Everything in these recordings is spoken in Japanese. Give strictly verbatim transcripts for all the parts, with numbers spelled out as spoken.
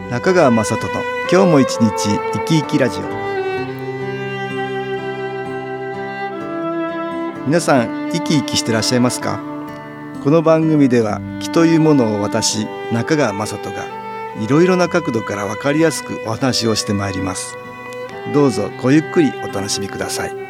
中川雅人の今日も一日生き生きラジオ。皆さん生き生きしてらっしゃいますか？この番組では気というものを私中川雅人がいろいろな角度から分かりやすくお話をしてまいります。どうぞごゆっくりお楽しみください。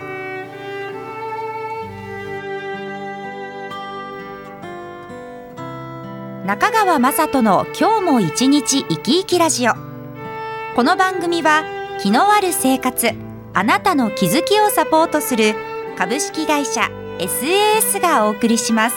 中川雅人の今日も一日生き生きラジオ。この番組は気のある生活、あなたの気づきをサポートする株式会社 エスエーエス がお送りします。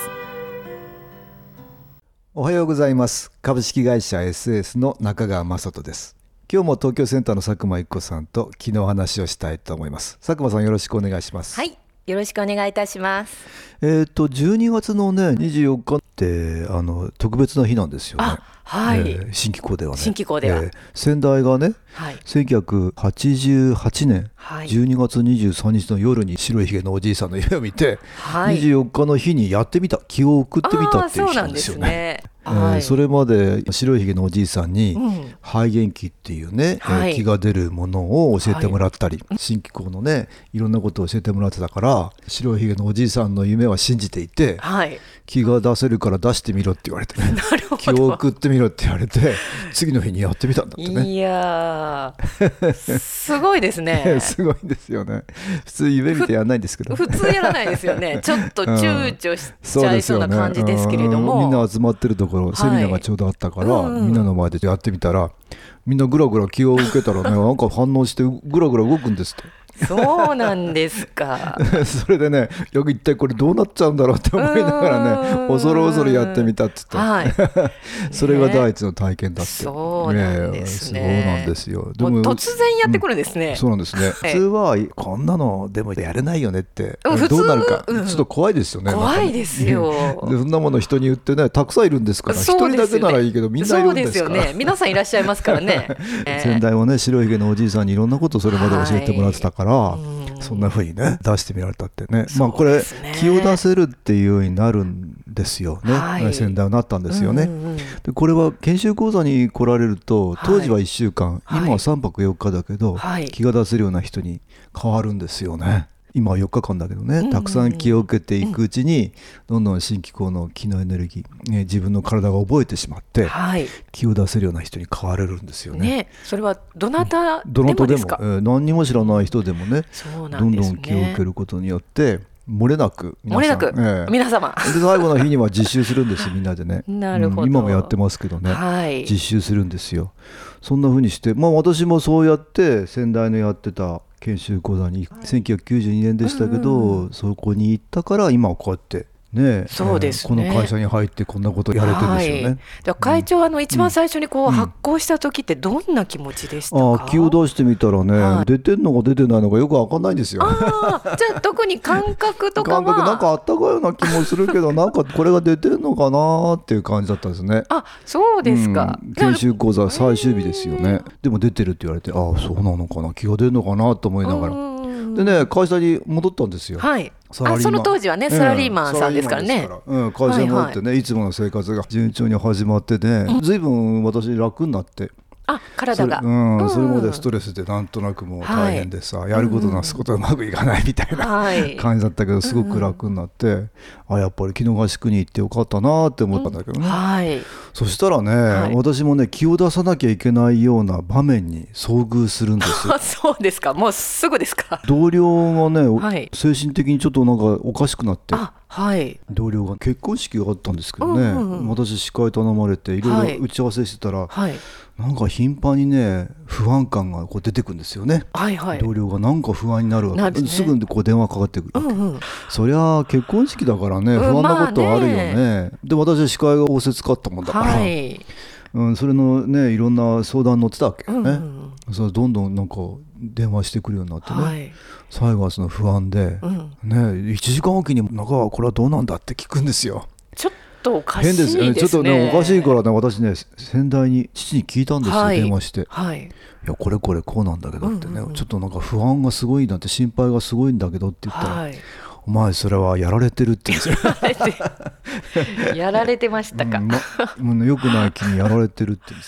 おはようございます。株式会社 エスエーエス の中川雅人です。今日も東京センターの佐久間一子さんと昨日お話をしたいと思います。佐久間さん、よろしくお願いします。 はい、よろしくお願いいたします。 えーとじゅうにがつのねにじゅうよっかってあの特別な日なんですよね。 はい、えー、新機構ではね新機構では、えー、 先代がね、 はい、 せんきゅうひゃくはちじゅうはちねんじゅうにがつにじゅうさんにちの夜に白いひげのおじいさんの夢を見て、はい、にじゅうよっかの日にやってみた、気を送ってみたっていう日なんですよね。はい、えー、それまで白いひげのおじいさんに、うん、肺元気っていうね、はい、えー、気が出るものを教えてもらったり、はい、新機構のねいろんなことを教えてもらってたから、白いひげのおじいさんの夢は信じていて、はい、気が出せるから出してみろって言われてね気を送ってみろって言われて次の日にやってみたんだってね。 いやすごいですねすごいですよね。普通夢見てやらないんですけど、 普通やらないですよね。ちょっと躊躇しちゃいそうな感じですけれども、 うん、みんな集まってるところ、セミナーがちょうどあったから、はい、みんなの前でやってみたら、みんなぐらぐら気を受けたらねなんか反応してぐらぐら動くんですって。 そうなんですかそれでね、よく一体これどうなっちゃうんだろうって思いながらね、恐る恐るやってみたっつって、はい、それが第一の体験だって。 そうなんですね。 そうなんですよ。 でも突然やってくるんですね、 うん、そうなんですね。普通はこんなのでもやれないよねって、どうなるか、うん、ちょっと怖いですよね。 怖いですよでそんなもの人に言ってね、たくさんいるんですから、一、ね、人だけならいいけどみんないるんですから。 そうですよね、皆さんいらっしゃいますからね先代はね、白いひげのおじいさんにいろんなことをそれまで教えてもらってたから、はい、そんな風にね出してみられたってね、まあこれ気を出せるっていうようになるんですよね、はい、先代はなったんですよね、うんうん、でこれは研修講座に来られると、当時はいっしゅうかん、はい、今はさんぱくよっかだけど、はい、気が出せるような人に変わるんですよね。今はよっかかんだけどね、うんうんうん、たくさん気を受けていくうちに、うん、どんどん新機構の気のエネルギー、ね、自分の体が覚えてしまって、はい、気を出せるような人に変われるんですよね。ね、 それはどなたでもですか？ どなたでも、えー、何にも知らない人でもね、そうなんですね、どんどん気を受けることによって漏れなく皆さん、 漏れなく、えー、皆様で最後の日には実習するんですみんなでねなるほど、 うん、今もやってますけどね、 はい、 実習するんですよ。そんな風にして、まあ、私もそうやって先代のやってた研修講座にせんきゅうひゃくきゅうじゅうにねんでしたけど、うんうん、そこに行ったから今はこうやってね、 そうですね、 えー、この会社に入ってこんなことやれてるんですよね、はい、 だ会長、あの一番最初にこう、うん、発行した時ってどんな気持ちでしたか？ あ気を出してみたらね、はい、出てんのか出てないのかよく分かんないんですよ。 あじゃあ特に感覚とかは感覚なんかあったかいような気もするけどなんかこれが出てんのかなっていう感じだったんですね。 あそうですか、 うん、研修講座最終日ですよね。でも出てるって言われて、ああそうなのかな、気が出るのかなと思いながらでね、会社に戻ったんですよ。はい、 あその当時はね、サラリーマンさんですからね、 うん、会社に戻ってね、はいはい、いつもの生活が順調に始まってね、うん、ずいぶん私楽になって、 あ体がそれ,、うんうん、それまでストレスでなんとなくもう大変でさ、はい、やることなすことうまくいかないみたいな、はい、感じだったけど、すごく楽になって、うん、あやっぱり気の合宿に行ってよかったなって思ったんだけどね、うんはい、そしたらね、はい、私もね気を出さなきゃいけないような場面に遭遇するんですよ。 そうですか、もうすぐですか。 同僚がね、はい、精神的にちょっとなんかおかしくなって、 あはい、 同僚が結婚式があったんですけどね、うんうんうん、私司会頼まれていろいろ打ち合わせしてたら、はい、なんか頻繁にね不安感がこう出てくるんですよね、はいはい、同僚がなんか不安になるわけ、ね、すぐこう電話かかってくるわけ、うんうん、そりゃ結婚式だからね不安なことはあるよね、うんまあ、ねで私は司会が仰せつかったもんだから、はいうん、それのねいろんな相談乗ってたわけよね、うんうん、それどんどんなんか電話してくるようになってね、はい、最後はその不安で、うんね、いちじかんおきに中はこれはどうなんだって聞くんですよ。 ちょっとおかしいですね。 変です、ちょっとねおかしいからね、私ね先代に父に聞いたんですよ、はい、電話して、はい、いやこれこれこうなんだけどってね、うんうんうん、ちょっとなんか不安がすごいなんて心配がすごいんだけどって言ったら、はい、お前それはやられてるって言うんですよ。 やられてましたか、 うんま、もうね、よくない気にやられてるって言うんですよ。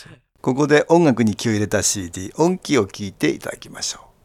ここで音楽に気を入れた シーディー 音気を聞いていただきましょう。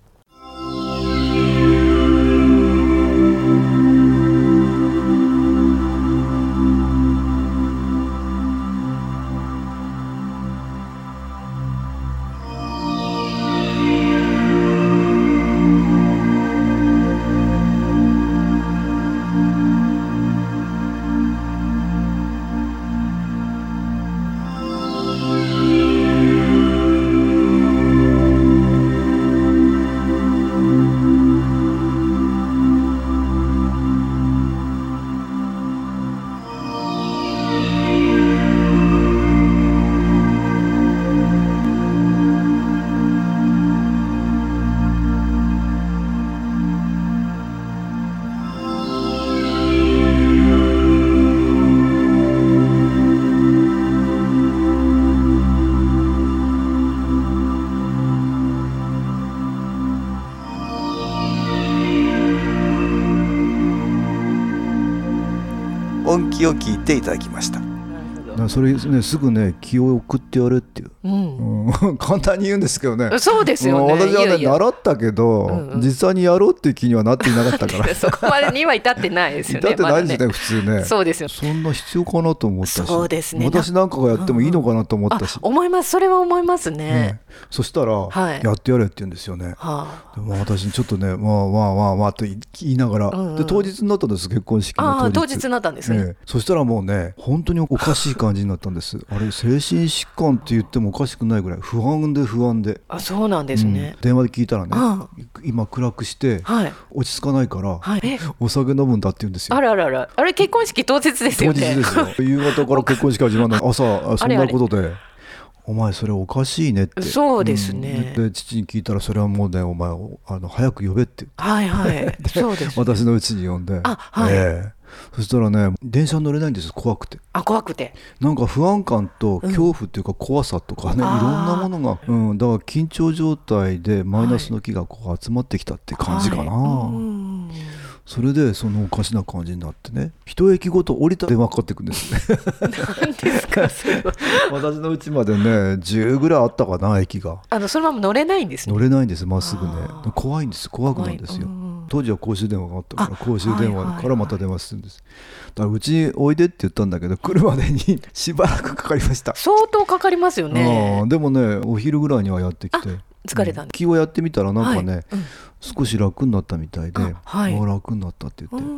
音気を聞いていただきました。それね、すぐね気を送ってやれっていう、うんうん、簡単に言うんですけどね。 そうですよね。 私はねいやいや習ったけど、うんうん、実際にやろうっていう気にはなっていなかったからそこまでには至ってないですよね。 至ってないですね、 ま、ね普通ね。 そうですよ。 そんな必要かなと思ったし、 そうですね、 私なんかがやってもいいのかなと思ったし、 うん、思います。それは思いますね。ね、 そしたら、はい、やってやれって言うんですよね。はあ、でも私ちょっとね、まあまあまあまあと言いながら、うんうん、で当日になったんです、結婚式の当日。 あ、当日になったんですね。 ね、そしたらもうね本当におかしい感じになったんですあれ精神疾患って言ってもおかしくないぐらい不安で不安で。 あ、そうなんですね。 うん、電話で聞いたらね、今暗くして、はい、落ち着かないから、はい、お酒飲むんだって言うんですよ。 あらあらあら、あれ結婚式当日ですよね。 当日ですよ夕方から結婚式始まるの朝そんなことでお前それおかしいねって。 そうですね、 うん、で父に聞いたらそれはもうねお前あの早く呼べって言って、 はいはいそうです、ね、 私の家に呼んで、あ、はい、えーそしたらね電車乗れないんです、怖くて。 あ、怖くてなんか不安感と恐怖っていうか怖さとかね、うん、いろんなものが、うん、だから緊張状態でマイナスの気がこう集まってきたって感じかな、はい、うん、それでそのおかしな感じになってね、一駅ごと降りたら電話かかってくるんですね何ですかそれは私の家までねじゅうぐらいあったかな、駅が。 あのそのまま乗れないんですね。 乗れないんです、まっすぐね。怖いんです、怖くなんですよ、うん、当時は公衆電話があったから公衆電話からまた電話するんです、だからうちにおいでって言ったんだけど来るまでにしばらくかかりました。 相当かかりますよね。 あ、でもねお昼ぐらいにはやってきて疲れたんで、 気をやってみたらなんかね、はい、うん、少し楽になったみたいで、 あ、はい、 もう楽になったって言って、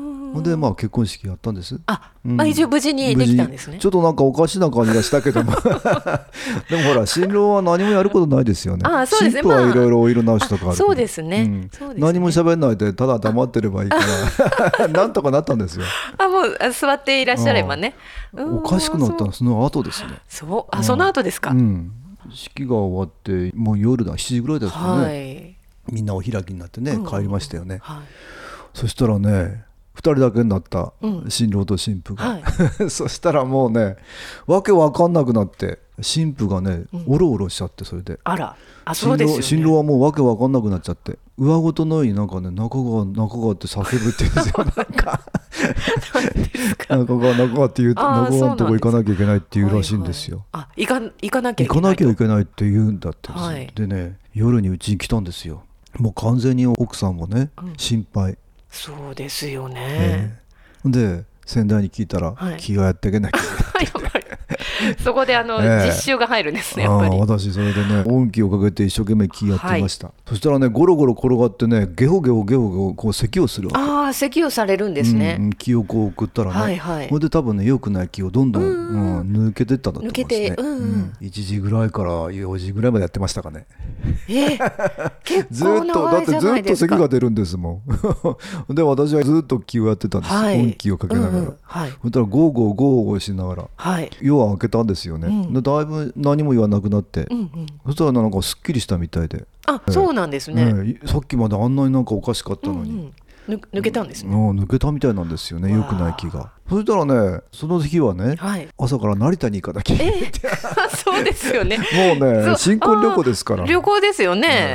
でまあ結婚式やったんです。 あ、うん、一応無事にできたんですね。 ちょっとなんかおかしな感じがしたけどもでもほら新郎は何もやることないですよね。 あ、そうですね、 新婦はいろいろお色直しとかあるけど、 そうですね、うん、そうですね、 何も喋んないでただ黙ってればいいからなんとかなったんですよ。 あ、もう座っていらっしゃればね。 おかしくなったのはその後ですね。 そう、あ、その後ですか、 うん、式が終わってもう夜だしちじぐらいですよね、はい、みんなお開きになってね、うん、帰りましたよね、はい、そしたらねふたりだけになった新郎と新婦が、うん、はい、そしたらもうねわけわかんなくなって新婦がね、うん、おろおろしちゃって、それであら、あ、そうですよね、 新郎はもうわけわかんなくなっちゃって上ごとのようになんかね中が中がって叫ぶって言うんですよなんか中が中がって言うと中がのとこ行かなきゃいけないって言うらしいんですよ。 はいはい、あ、行か、行かなきゃいけない行かなきゃいけないって言うんだって、はい、でね夜にうちに来たんですよ。もう完全に奥さんもね、うん、心配。 そうですよね、 えー、で先代に聞いたら、はい、気がやっていけなきゃいけないってそこであの、えー、実習が入るんですね、やっぱり。 あ、私それでね音気をかけて一生懸命気やってました、はい、そしたらねゴロゴロ転がってねゲホゲホゲホゲホこう咳をするわけ。 ああ、咳をされるんですね、 うん、気をこう送ったらね、はいはい、それで多分ね良くない気をどんどん、うんうん、抜けてったんだと思いますね。抜けて、うんうん、いちじぐらいからよじぐらいまでやってましたかね。 えー、結構長いじゃないですか。 だってずっと咳が出るんですもんで私はずっと気をやってたんです、はい、音気をかけながら、うんうん、はい、そしたらゴーゴーゴーゴーしながら、はい、夜は明けたんですよね、うん、でだいぶ何も言わなくなって、うんうん、そしたらなんかすっきりしたみたいで。 あ、えー、そうなんですね、えー、さっきまであんなになんかおかしかったのに、うんうん、抜けたんですね。 抜けたみたいなんですよね、良くない気が。そしたらねその日はね、はい、朝から成田に行かなきゃいけない、 えー、そうですよねもうね新婚旅行ですから。 旅行ですよね、 ね、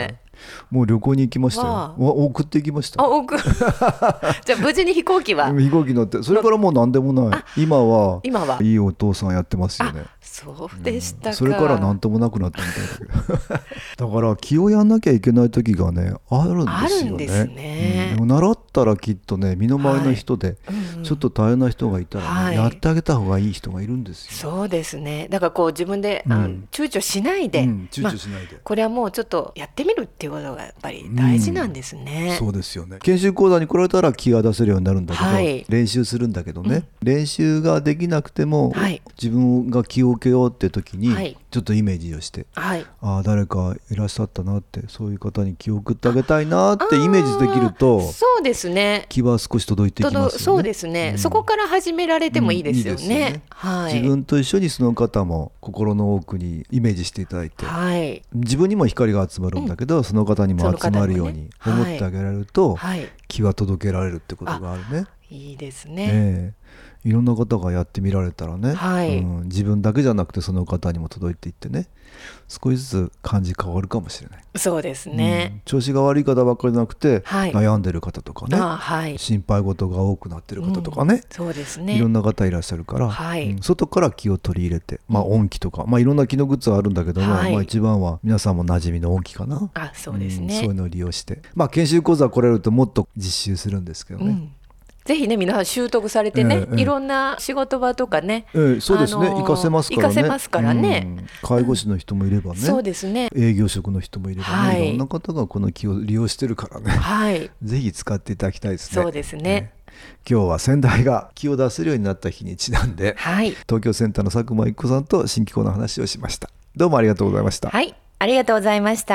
もう旅行に行きましたよ。送って行きました。 あ、送じゃあ無事に飛行機は飛行機乗って、それからもう何でもない。今は今はいいお父さんやってますよね。 そうでしたか、うん、 それから何ともなくなったみたいだけどだから気をやんなきゃいけない時がねあるんですよね。 あるんですね、 うん、でも習ったらきっとね身の回りの人でちょっと大変な人がいたら、ね、はい、やってあげた方がいい人がいるんですよ。 そうですね。だからこう自分で、うん、あ躊躇しないで、うん、 躊躇しないで、 まあ、これはもうちょっとやってみるっていうことがやっぱり大事なんですね、 うん、そうですよね。研修講座に来られたら気が出せるようになるんだけど、はい、練習するんだけどね、うん、練習ができなくても、はい、自分が気を受けようって時に、はい、ちょっとイメージをして、はい、あ誰かいらっしゃったなって、そういう方に気を送ってあげたいなってイメージできると、 そうですね、 気は少し届いていきますよね。 そうですね、うん、そこから始められてもいいですよね、うん、いいですよね、はい、 自分と一緒にその方も心の奥にイメージしていただいて、はい、自分にも光が集まるんだけど、うん、その方にも集まるように思ってあげられると、はい、気は届けられるってことがあるね。 いいですね、 えー、いろんな方がやってみられたらね、はい、うん、自分だけじゃなくてその方にも届いていってね、少しずつ感じ変わるかもしれない。 そうですね、 うん、調子が悪い方ばっかりじゃなくて、はい、悩んでる方とかね、はい、心配事が多くなってる方とかね、うん、 そうですね、 いろんな方いらっしゃるから、はい、うん、外から気を取り入れて、まあ、音気とか、まあ、いろんな気のグッズがあるんだけども、はい、まあ、一番は皆さんも馴染みの音気かな。 あ、そうですね、 うん、そういうのを利用して、まあ、研修講座来られるともっと実習するんですけどね、うん、 ぜひね皆さん習得されてね、ええ、いろんな仕事場とかね、 ええ、そうですね、あのー、活かせますからね。 活かせますからね、 うん、介護士の人もいればね、 そうですね、 営業職の人もいればね、はい、いろんな方がこの気を利用してるからね、はい、ぜひ使っていただきたいですね。 そうですね、ね、 今日は先代が気を出せるようになった日にちなんで、はい、東京センターの佐久間一子さんと新機構の話をしました。どうもありがとうございました。 はい、ありがとうございました。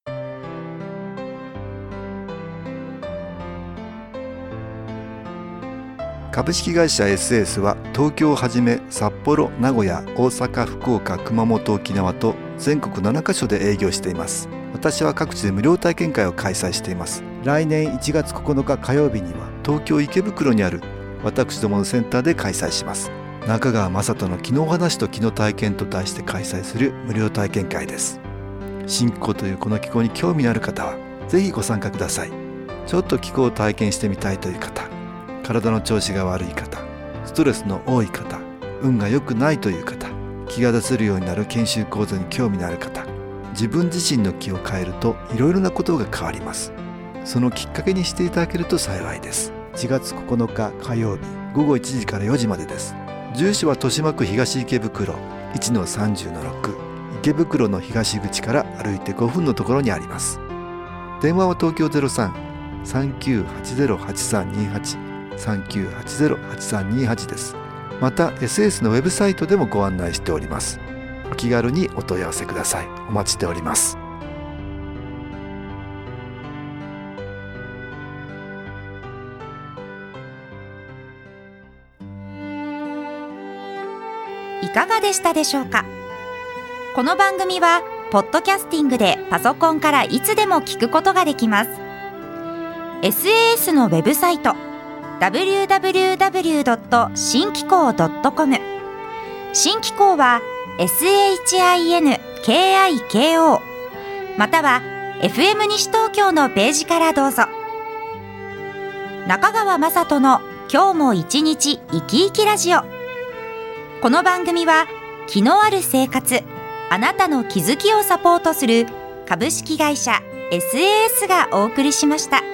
株式会社 エスエス は東京をはじめ札幌、名古屋、大阪、福岡、熊本、沖縄と全国ななカ所で営業しています。私は各地で無料体験会を開催しています。来年いちがつここのか火曜日には東京池袋にある私どものセンターで開催します。中川雅人の気の話と気の体験と題して開催する無料体験会です。新気候というこの気候に興味のある方はぜひご参加ください。ちょっと気候を体験してみたいという方、体の調子が悪い方、ストレスの多い方、運が良くないという方、気が出せるようになる研修講座に興味のある方、自分自身の気を変えるといろいろなことが変わります。そのきっかけにしていただけると幸いです。いちがつここのか火曜日ごごいちじからよじまでです。住所は豊島区東池袋 いちのさんじゅうのろく、池袋の東口から歩いてごふんのところにあります。電話は東京 ゼロさん さんきゅうはちゼロ はちさんにはち さんきゅうはちゼロ はちさんにはち です。また エスエス のウェブサイトでもご案内しております。お気軽にお問い合わせください。お待ちしております。 いかがでしたでしょうか。この番組はポッドキャスティングでパソコンからいつでも聞くことができます。 エスエーエス のウェブサイト ダブリューダブリューダブリュードットシンキコードットコム、 新機構は エスエイチアイエヌケーアイケーオー または エフエム 西東京のページからどうぞ。中川雅人の今日も一日生き生きラジオ。この番組は気のある生活、あなたの気づきをサポートする株式会社 エスエーエス がお送りしました。